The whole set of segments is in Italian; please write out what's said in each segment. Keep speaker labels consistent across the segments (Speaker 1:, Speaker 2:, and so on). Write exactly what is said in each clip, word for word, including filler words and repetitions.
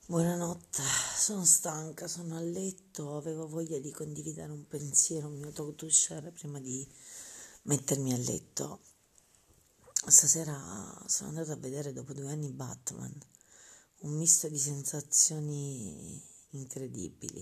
Speaker 1: Buonanotte, sono stanca, sono a letto, avevo voglia di condividere un pensiero, un mio to share prima di mettermi a letto. Stasera sono andata a vedere dopo due anni Batman, un misto di sensazioni incredibili.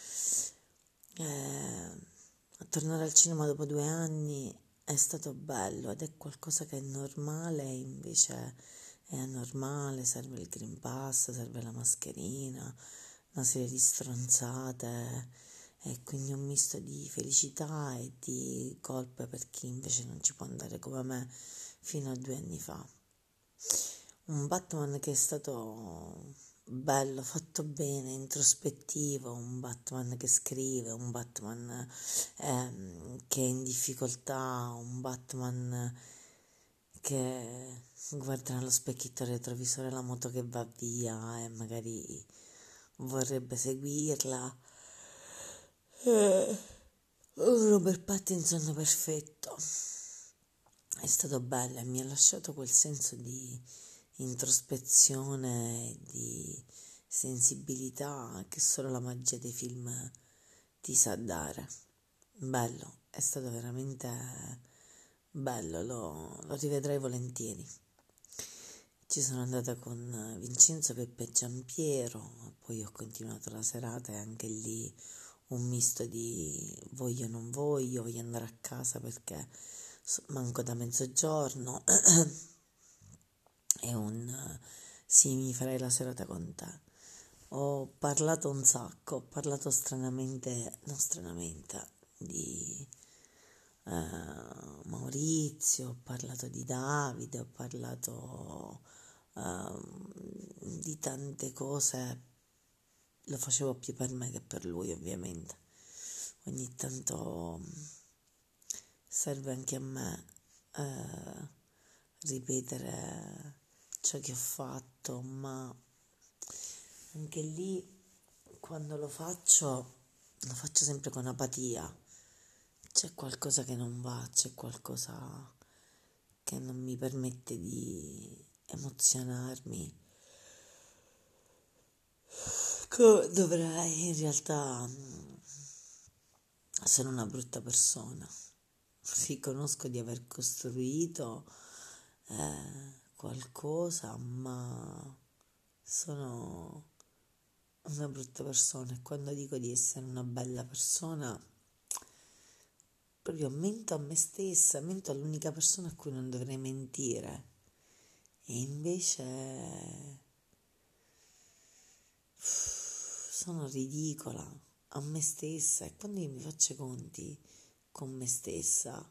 Speaker 1: Eh, tornare al cinema dopo due anni è stato bello ed è qualcosa che è normale e invece è anormale, serve il Green Pass, serve la mascherina, una serie di stronzate e quindi un misto di felicità e di colpe per chi invece non ci può andare come me fino a due anni fa. Un Batman che è stato bello, fatto bene, introspettivo, un Batman che scrive, un Batman ehm, che è in difficoltà, un Batman che guarda nello specchietto retrovisore la moto che va via e magari vorrebbe seguirla. Eh, un Robert Pattinson perfetto. È stato bello e mi ha lasciato quel senso di introspezione e di sensibilità che solo la magia dei film ti sa dare. Bello, è stato veramente bello, lo, lo rivedrei volentieri. Ci sono andata con Vincenzo, Peppe e Giampiero, poi ho continuato la serata e anche lì un misto di voglio o non voglio, voglio andare a casa perché manco da mezzogiorno e un sì, mi farei la serata con te. Ho parlato un sacco, ho parlato stranamente, non stranamente, di uh, Maurizio, ho parlato di Davide, ho parlato uh, di tante cose, lo facevo più per me che per lui ovviamente. Ogni tanto serve anche a me uh, ripetere ciò che ho fatto, ma anche lì quando lo faccio lo faccio sempre con apatia. C'è qualcosa che non va, c'è qualcosa che non mi permette di emozionarmi come dovrei. In realtà sono una brutta persona, riconosco di aver costruito eh, qualcosa, ma sono una brutta persona e quando dico di essere una bella persona proprio mento a me stessa, mento all'unica persona a cui non dovrei mentire e invece sono ridicola a me stessa e quando io mi faccio i conti con me stessa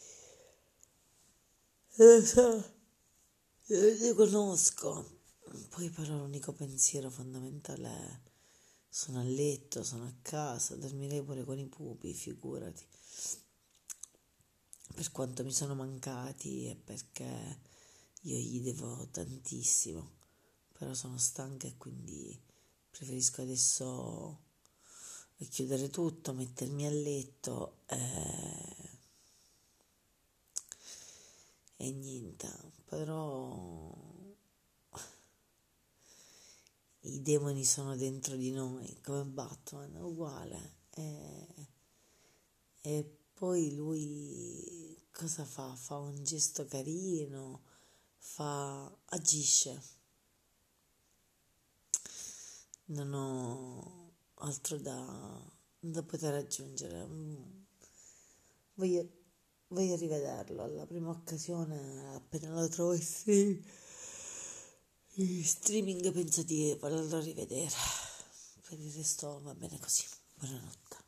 Speaker 1: lo so, lo conosco. Poi però l'unico pensiero fondamentale è sono a letto, sono a casa, dormirei pure con i pupi, figurati. Per quanto mi sono mancati e perché io gli devo tantissimo, però sono stanca e quindi preferisco adesso chiudere tutto, mettermi a letto e, e niente, però i demoni sono dentro di noi, come Batman, uguale. E, e poi lui cosa fa? Fa un gesto carino, fa, agisce. Non ho altro da, da poter aggiungere. Voglio, voglio rivederlo alla prima occasione, appena lo trovo in stream- in streaming penso di volerlo rivedere. Per il resto va bene così. Buonanotte.